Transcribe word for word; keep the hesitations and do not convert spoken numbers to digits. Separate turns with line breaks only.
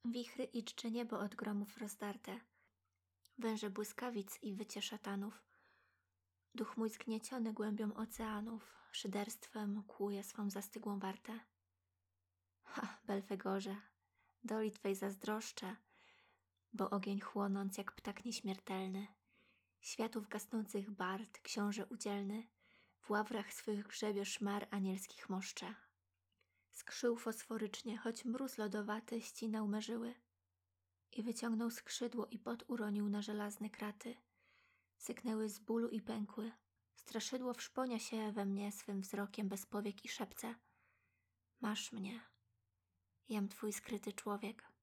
Wichry i czcze niebo od gromów rozdarte, węże błyskawic i wycie szatanów. Duch mój zgnieciony głębią oceanów, szyderstwem kłuje swą zastygłą wartę. Ha, Belfegorze, doli twej zazdroszczę, bo ogień chłonąc jak ptak nieśmiertelny, światów gasnących bard, książę udzielny, w ławrach swych grzebie szmar anielskich moszcze. Skrzył fosforycznie, choć mróz lodowaty ścinał me żyły i wyciągnął skrzydło i pot uronił na żelazne kraty. Syknęły z bólu i pękły. Straszydło wszponia się we mnie swym wzrokiem bez powiek i szepce: masz mnie, jem twój skryty człowiek.